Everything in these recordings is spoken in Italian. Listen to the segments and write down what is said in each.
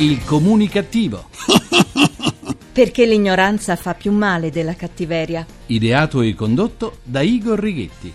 Il comunicativo. Perché l'ignoranza fa più male della cattiveria. Ideato e condotto da Igor Righetti.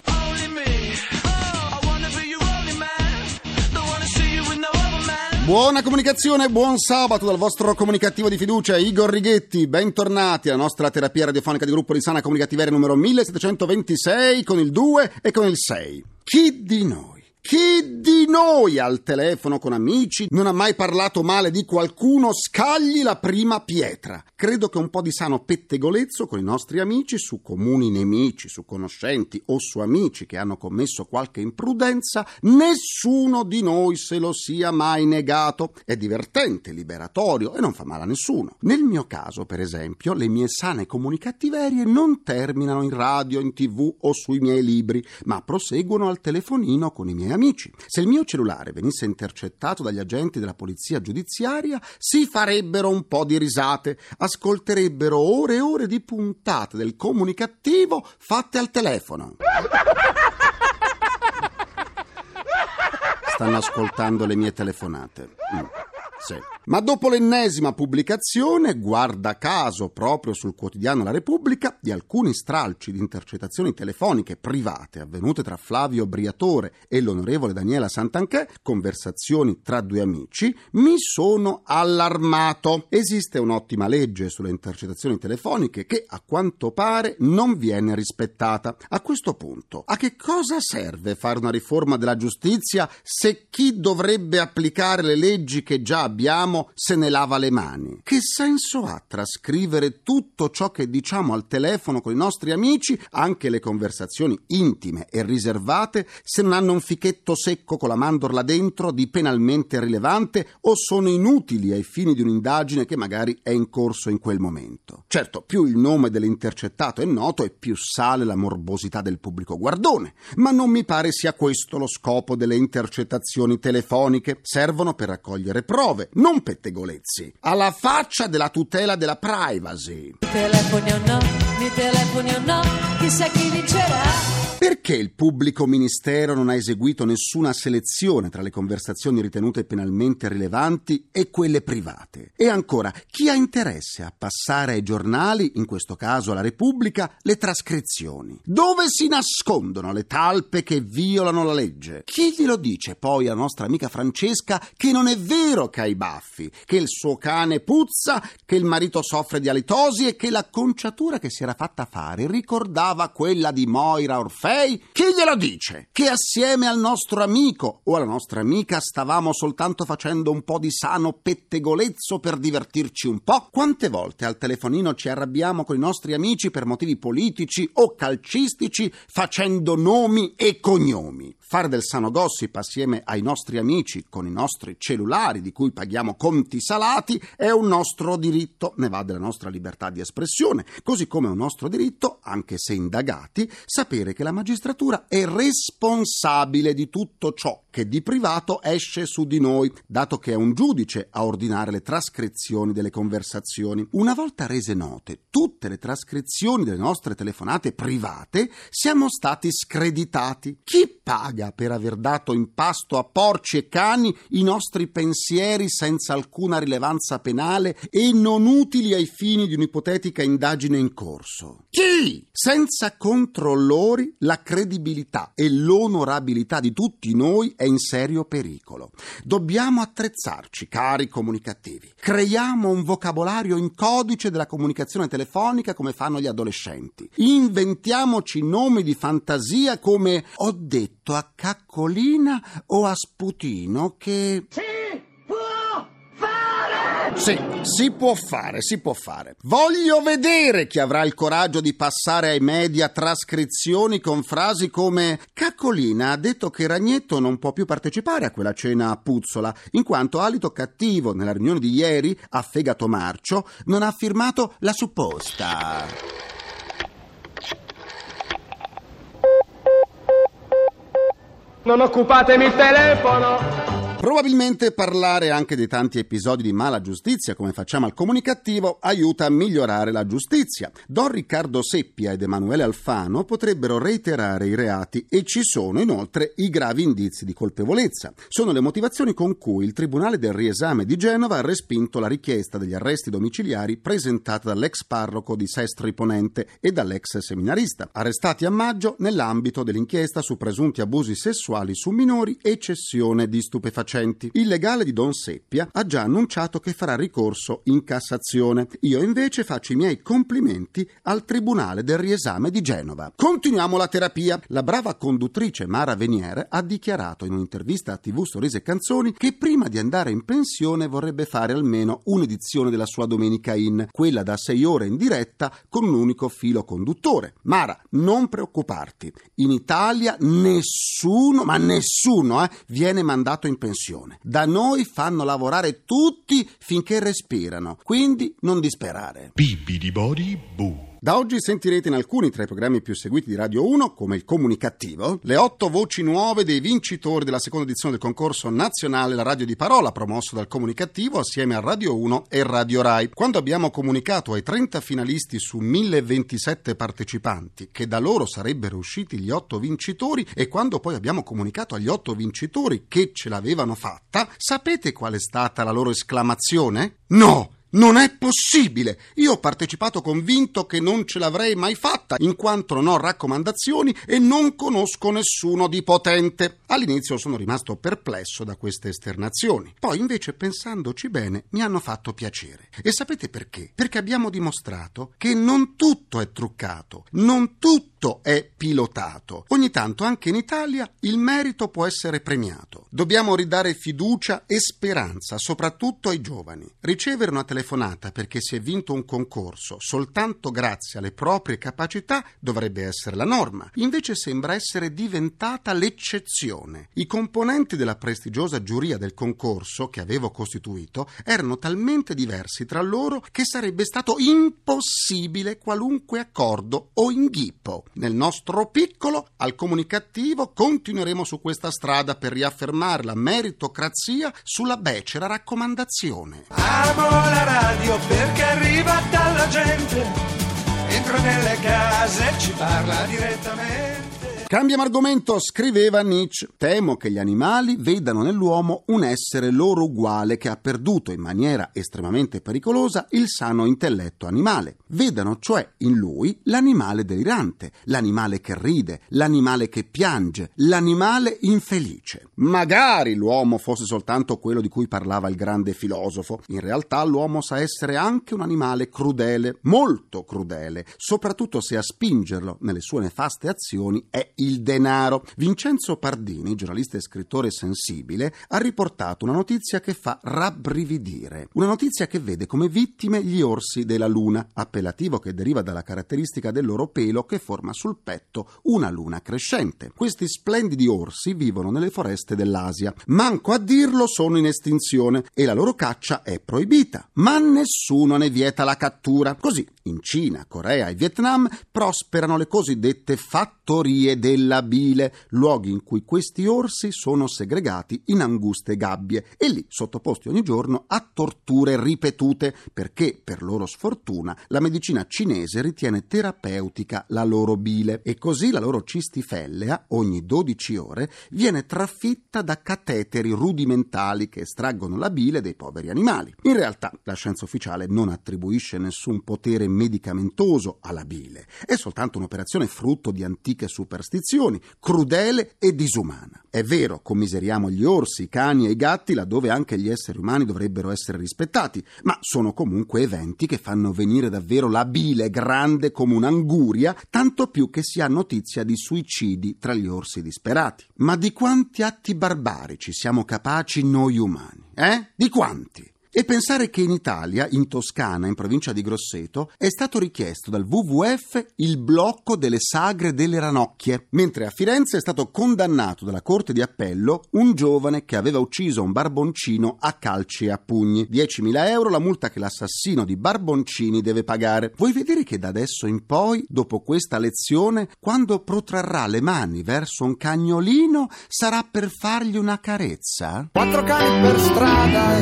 Buona comunicazione, buon sabato dal vostro comunicativo di fiducia, Igor Righetti. Bentornati alla nostra terapia radiofonica di gruppo di sana comunicativeria numero 1726 con il 2 e con il 6. Chi di noi al telefono con amici non ha mai parlato male di qualcuno? Scagli la prima pietra. Credo che un po' di sano pettegolezzo con i nostri amici su comuni nemici, su conoscenti o su amici che hanno commesso qualche imprudenza, nessuno di noi se lo sia mai negato. È divertente, liberatorio e non fa male a nessuno. Nel mio caso, per esempio, le mie sane comunicattiverie non terminano in radio, in TV o sui miei libri, ma proseguono al telefonino con i miei amici. Se il mio cellulare venisse intercettato dagli agenti della polizia giudiziaria, si farebbero un po' di risate, ascolterebbero ore e ore di puntate del comunicativo fatte al telefono. Stanno ascoltando le mie telefonate. Sì. Ma dopo l'ennesima pubblicazione, guarda caso proprio sul quotidiano La Repubblica, di alcuni stralci di intercettazioni telefoniche private avvenute tra Flavio Briatore e l'onorevole Daniela Santanchè, conversazioni tra due amici, mi sono allarmato. Esiste un'ottima legge sulle intercettazioni telefoniche che, a quanto pare, non viene rispettata. A questo punto, a che cosa serve fare una riforma della giustizia se chi dovrebbe applicare le leggi che già abbiamo se ne lava le mani? Che senso ha trascrivere tutto ciò che diciamo al telefono con i nostri amici, anche le conversazioni intime e riservate, se non hanno un fichetto secco con la mandorla dentro di penalmente rilevante o sono inutili ai fini di un'indagine che magari è in corso in quel momento? Certo, più il nome dell'intercettato è noto e più sale la morbosità del pubblico guardone, ma non mi pare sia questo lo scopo delle intercettazioni telefoniche. Servono per raccogliere prove, non pettegolezzi, alla faccia della tutela della privacy. Mi telefoni o no, chissà chi vincerà. Perché il pubblico ministero non ha eseguito nessuna selezione tra le conversazioni ritenute penalmente rilevanti e quelle private? E ancora, chi ha interesse a passare ai giornali, in questo caso alla Repubblica, le trascrizioni? Dove si nascondono le talpe che violano la legge? Chi glielo dice poi alla nostra amica Francesca che non è vero che ha i baffi, che il suo cane puzza, che il marito soffre di alitosi e che l'acconciatura che si era fatta fare ricordava quella di Moira Orfei? Chi glielo dice? Che assieme al nostro amico o alla nostra amica stavamo soltanto facendo un po' di sano pettegolezzo per divertirci un po'? Quante volte al telefonino ci arrabbiamo con i nostri amici per motivi politici o calcistici facendo nomi e cognomi? Fare del sano gossip assieme ai nostri amici con i nostri cellulari di cui paghiamo conti salati è un nostro diritto, ne va della nostra libertà di espressione, così come è un nostro diritto, anche se indagati, sapere che la magistratura è responsabile di tutto ciò che di privato esce su di noi, dato che è un giudice a ordinare le trascrizioni delle conversazioni. Una volta rese note tutte le trascrizioni delle nostre telefonate private, siamo stati screditati. Chi paga per aver dato in pasto a porci e cani i nostri pensieri senza alcuna rilevanza penale e non utili ai fini di un'ipotetica indagine in corso? Chi? Senza controllori la credibilità e l'onorabilità di tutti noi è in serio pericolo. Dobbiamo attrezzarci, cari comunicativi. Creiamo un vocabolario in codice della comunicazione telefonica come fanno gli adolescenti. Inventiamoci nomi di fantasia come ho detto a Caccolina o a Sputino che... Sì, si può fare. Voglio vedere chi avrà il coraggio di passare ai media trascrizioni con frasi come Caccolina ha detto che Ragnetto non può più partecipare a quella cena a Puzzola, in quanto alito cattivo nella riunione di ieri a fegato marcio non ha firmato la supposta. Non occupatemi il telefono! Probabilmente parlare anche dei tanti episodi di mala giustizia, come facciamo al Comunicativo, aiuta a migliorare la giustizia. Don Riccardo Seppia ed Emanuele Alfano potrebbero reiterare i reati e ci sono inoltre i gravi indizi di colpevolezza. Sono le motivazioni con cui il Tribunale del Riesame di Genova ha respinto la richiesta degli arresti domiciliari presentata dall'ex parroco di Sestri Ponente e dall'ex seminarista, arrestati a maggio nell'ambito dell'inchiesta su presunti abusi sessuali su minori e cessione di stupefacenti. Il legale di Don Seppia ha già annunciato che farà ricorso in Cassazione. Io invece faccio i miei complimenti al Tribunale del Riesame di Genova. Continuiamo la terapia. La brava conduttrice Mara Venier ha dichiarato in un'intervista a TV Sorrisi e Canzoni che prima di andare in pensione vorrebbe fare almeno un'edizione della sua Domenica In, quella da 6 ore in diretta con un unico filo conduttore. Mara, non preoccuparti. In Italia nessuno viene mandato in pensione. Da noi fanno lavorare tutti finché respirano, quindi non disperare. Bibidi boo. Da oggi sentirete in alcuni tra i programmi più seguiti di Radio 1, come il Comunicativo, le 8 voci nuove dei vincitori della seconda edizione del concorso nazionale La Radio di Parola, promosso dal Comunicativo assieme a Radio 1 e Radio Rai. Quando abbiamo comunicato ai 30 finalisti su 1027 partecipanti che da loro sarebbero usciti gli 8 vincitori, e quando poi abbiamo comunicato agli 8 vincitori che ce l'avevano fatta, sapete qual è stata la loro esclamazione? No! Non è possibile! Io ho partecipato convinto che non ce l'avrei mai fatta, in quanto non ho raccomandazioni e non conosco nessuno di potente. All'inizio sono rimasto perplesso da queste esternazioni. Poi invece, pensandoci bene, mi hanno fatto piacere. E sapete perché? Perché abbiamo dimostrato che non tutto è truccato, non tutto è pilotato. Ogni tanto anche in Italia il merito può essere premiato. Dobbiamo ridare fiducia e speranza, soprattutto ai giovani. Ricevere una telefonata perché si è vinto un concorso soltanto grazie alle proprie capacità dovrebbe essere la norma. Invece sembra essere diventata l'eccezione. I componenti della prestigiosa giuria del concorso che avevo costituito erano talmente diversi tra loro che sarebbe stato impossibile qualunque accordo o inghippo. Nel nostro piccolo, al Comunicativo, continueremo su questa strada per riaffermare la meritocrazia sulla becera raccomandazione. Amo la radio perché arriva dalla gente, entra nelle case e ci parla direttamente. Cambiamo argomento, scriveva Nietzsche. Temo che gli animali vedano nell'uomo un essere loro uguale che ha perduto in maniera estremamente pericolosa il sano intelletto animale. Vedano cioè in lui l'animale delirante, l'animale che ride, l'animale che piange, l'animale infelice. Magari l'uomo fosse soltanto quello di cui parlava il grande filosofo. In realtà l'uomo sa essere anche un animale crudele, molto crudele, soprattutto se a spingerlo nelle sue nefaste azioni è il denaro. Vincenzo Pardini, giornalista e scrittore sensibile, ha riportato una notizia che fa rabbrividire. Una notizia che vede come vittime gli orsi della luna, appellativo che deriva dalla caratteristica del loro pelo che forma sul petto una luna crescente. Questi splendidi orsi vivono nelle foreste dell'Asia. Manco a dirlo sono in estinzione e la loro caccia è proibita, ma nessuno ne vieta la cattura. Così, in Cina, Corea e Vietnam prosperano le cosiddette fattorie della bile, luoghi in cui questi orsi sono segregati in anguste gabbie e lì sottoposti ogni giorno a torture ripetute perché, per loro sfortuna, la medicina cinese ritiene terapeutica la loro bile e così la loro cistifellea ogni 12 ore viene trafitta da cateteri rudimentali che estraggono la bile dei poveri animali. In realtà la scienza ufficiale non attribuisce nessun potere medicamentoso alla bile, è soltanto un'operazione frutto di antiche superstizioni, crudele e disumana. È vero, commiseriamo gli orsi, i cani e i gatti laddove anche gli esseri umani dovrebbero essere rispettati, ma sono comunque eventi che fanno venire davvero la bile grande come un'anguria, tanto più che si ha notizia di suicidi tra gli orsi disperati. Ma di quanti atti barbarici siamo capaci noi umani? Di quanti? E pensare che in Italia, in Toscana, in provincia di Grosseto, è stato richiesto dal WWF il blocco delle sagre delle ranocchie, mentre a Firenze è stato condannato dalla Corte di Appello un giovane che aveva ucciso un barboncino a calci e a pugni. 10.000 euro la multa che l'assassino di barboncini deve pagare. Vuoi vedere che da adesso in poi, dopo questa lezione, quando protrarrà le mani verso un cagnolino, sarà per fargli una carezza? 4 cani per strada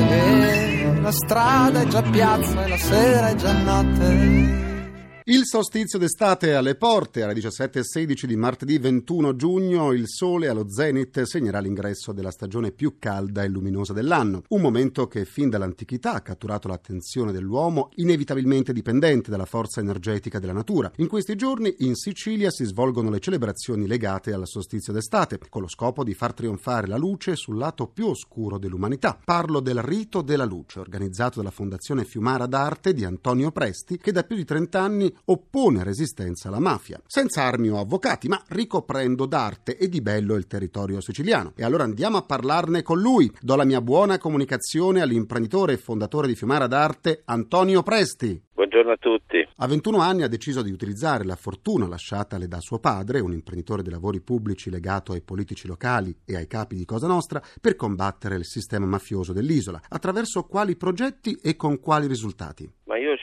e la strada è già piazza e la sera è già notte. Il solstizio d'estate è alle porte. Alle 17:16 di martedì 21 giugno il sole allo zenit segnerà l'ingresso della stagione più calda e luminosa dell'anno, un momento che fin dall'antichità ha catturato l'attenzione dell'uomo, inevitabilmente dipendente dalla forza energetica della natura. In questi giorni in Sicilia si svolgono le celebrazioni legate al solstizio d'estate, con lo scopo di far trionfare la luce sul lato più oscuro dell'umanità. Parlo del Rito della Luce, organizzato dalla Fondazione Fiumara d'Arte di Antonio Presti, che da più di 30 anni oppone resistenza alla mafia, senza armi o avvocati, ma ricoprendo d'arte e di bello il territorio siciliano. E allora andiamo a parlarne con lui. Do la mia buona comunicazione all'imprenditore e fondatore di Fiumara d'Arte, Antonio Presti. Buongiorno a tutti. A 21 anni ha deciso di utilizzare la fortuna lasciatale da suo padre, un imprenditore dei lavori pubblici legato ai politici locali e ai capi di Cosa Nostra, per combattere il sistema mafioso dell'isola. Attraverso quali progetti e con quali risultati? Ma io ho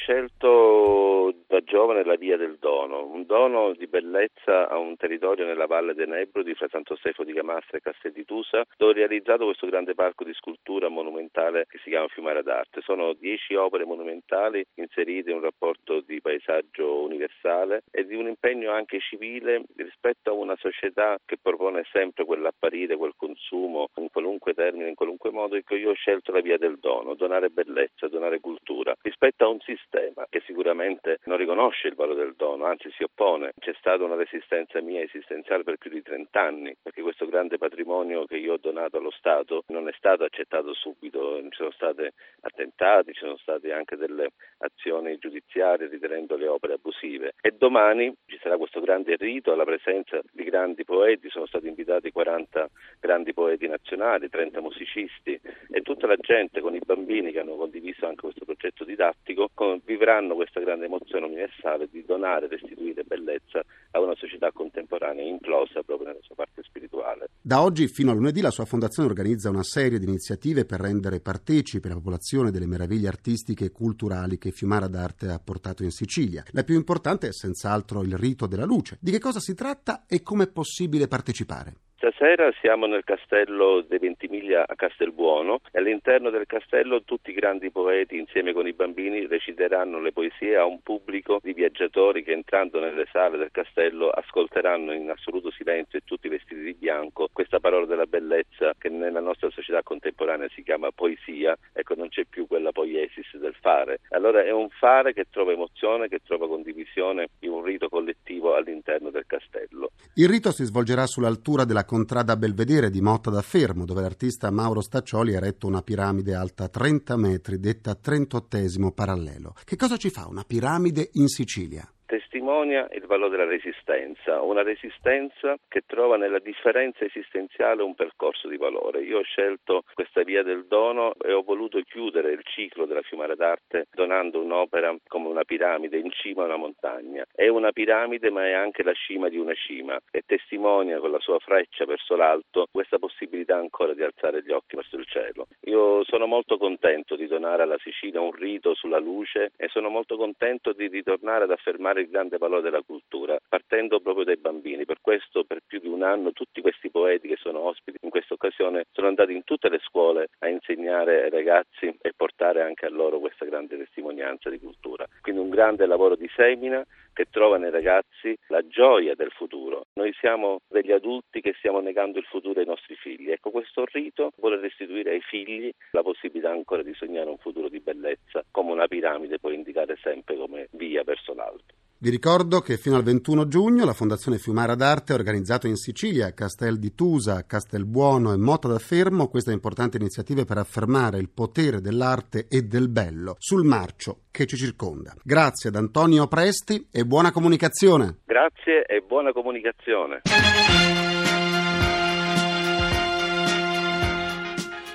scelto da giovane la via del dono, un dono di bellezza a un territorio nella valle dei Nebrodi, fra Santo Stefano di Camastra e Castel di Tusa, dove ho realizzato questo grande parco di scultura monumentale che si chiama Fiumara d'Arte. Sono 10 opere monumentali inserite in un rapporto di paesaggio universale e di un impegno anche civile rispetto a una società che propone sempre quell'apparire, quel consumo, in qualunque termine, in qualunque modo. Ecco, io ho scelto la via del dono, donare bellezza, donare cultura, rispetto a un sistema che sicuramente non riconosce il valore del dono, anzi si oppone. C'è stata una resistenza mia esistenziale per più di 30 anni, perché questo grande patrimonio che io ho donato allo Stato non è stato accettato subito, ci sono stati attentati, ci sono state anche delle azioni giudiziarie ritenendo le opere abusive. E domani ci sarà questo grande rito alla presenza di grandi poeti, sono stati invitati 40 grandi poeti nazionali, 30 musicisti e tutta la gente con i bambini che hanno condiviso anche questo progetto didattico vivranno questa grande emozione universale di donare, restituire bellezza a una società contemporanea implosa proprio nella sua parte spirituale. Da oggi fino a lunedì la sua fondazione organizza una serie di iniziative per rendere partecipe la popolazione delle meraviglie artistiche e culturali che Fiumara d'Arte ha portato in Sicilia. La più importante è senz'altro il Rito della Luce. Di che cosa si tratta e come è possibile partecipare? Stasera siamo nel castello dei Ventimiglia a Castelbuono e all'interno del castello tutti i grandi poeti insieme con i bambini reciteranno le poesie a un pubblico di viaggiatori che entrando nelle sale del castello ascolteranno in assoluto silenzio e tutti vestiti di bianco questa parola della bellezza che nella nostra società contemporanea si chiama poesia. Ecco, non c'è più quella poiesis del fare. Allora è un fare che trova emozione, che trova condivisione in un rito collettivo all'interno del castello. Il rito si svolgerà sull'altura della Contrada Belvedere di Motta da Fermo, dove l'artista Mauro Staccioli ha eretto una piramide alta 30 metri, detta 38° parallelo. Che cosa ci fa una piramide in Sicilia? Testimonia il valore della resistenza, una resistenza che trova nella differenza esistenziale un percorso di valore. Io ho scelto questa via del dono e ho voluto chiudere il ciclo della Fiumara d'Arte donando un'opera come una piramide in cima a una montagna. È una piramide ma è anche la cima di una cima e testimonia con la sua freccia verso l'alto questa possibilità ancora di alzare gli occhi verso il cielo. Io sono molto contento di donare alla Sicilia un rito sulla luce e sono molto contento di ritornare ad affermare il grande valore della cultura, partendo proprio dai bambini. Per questo, per più di un anno, tutti questi poeti che sono ospiti in questa occasione sono andati in tutte le scuole a insegnare ai ragazzi e portare anche a loro questa grande testimonianza di cultura. Quindi un grande lavoro di semina che trova nei ragazzi la gioia del futuro. Noi siamo degli adulti che stiamo negando il futuro ai nostri figli. Ecco, questo rito vuole restituire ai figli la possibilità ancora di sognare un futuro di bellezza, come una piramide può indicare sempre come via verso l'alto. Vi ricordo che fino al 21 giugno la Fondazione Fiumara d'Arte ha organizzato in Sicilia, a Castel di Tusa, Castelbuono e Motta da Fermo, queste importanti iniziative per affermare il potere dell'arte e del bello sul marcio che ci circonda. Grazie ad Antonio Presti e buona comunicazione. Grazie e buona comunicazione.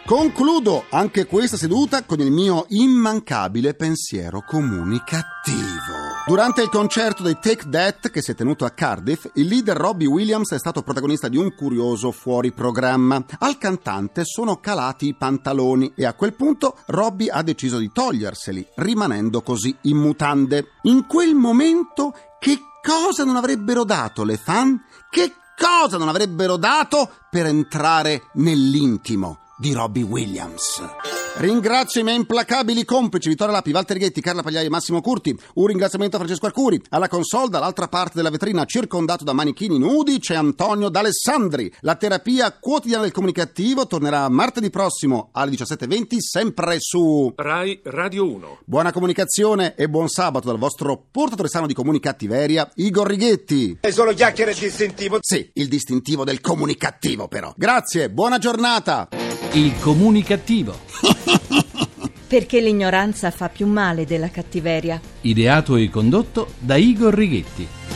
Concludo anche questa seduta con il mio immancabile pensiero comunicativo. Durante il concerto dei Take That che si è tenuto a Cardiff, il leader Robbie Williams è stato protagonista di un curioso fuori programma. Al cantante sono calati i pantaloni e a quel punto Robbie ha deciso di toglierseli, rimanendo così in mutande. In quel momento che cosa non avrebbero dato le fan? Che cosa non avrebbero dato per entrare nell'intimo di Robbie Williams? Ringrazio i miei implacabili complici Vittorio Lapi, Walter Righetti, Carla Pagliai e Massimo Curti. Un ringraziamento a Francesco Arcuri. Alla console, dall'altra parte della vetrina, circondato da manichini nudi, c'è Antonio D'Alessandri. La terapia quotidiana del comunicativo tornerà martedì prossimo alle 17:20, sempre su Rai Radio 1. Buona comunicazione e buon sabato dal vostro portatore sano di comunicattiveria, Igor Righetti. È solo chiacchiere e distintivo. Sì, il distintivo del comunicativo però. Grazie, buona giornata. Il comunicativo. Perché l'ignoranza fa più male della cattiveria. Ideato e condotto da Igor Righetti.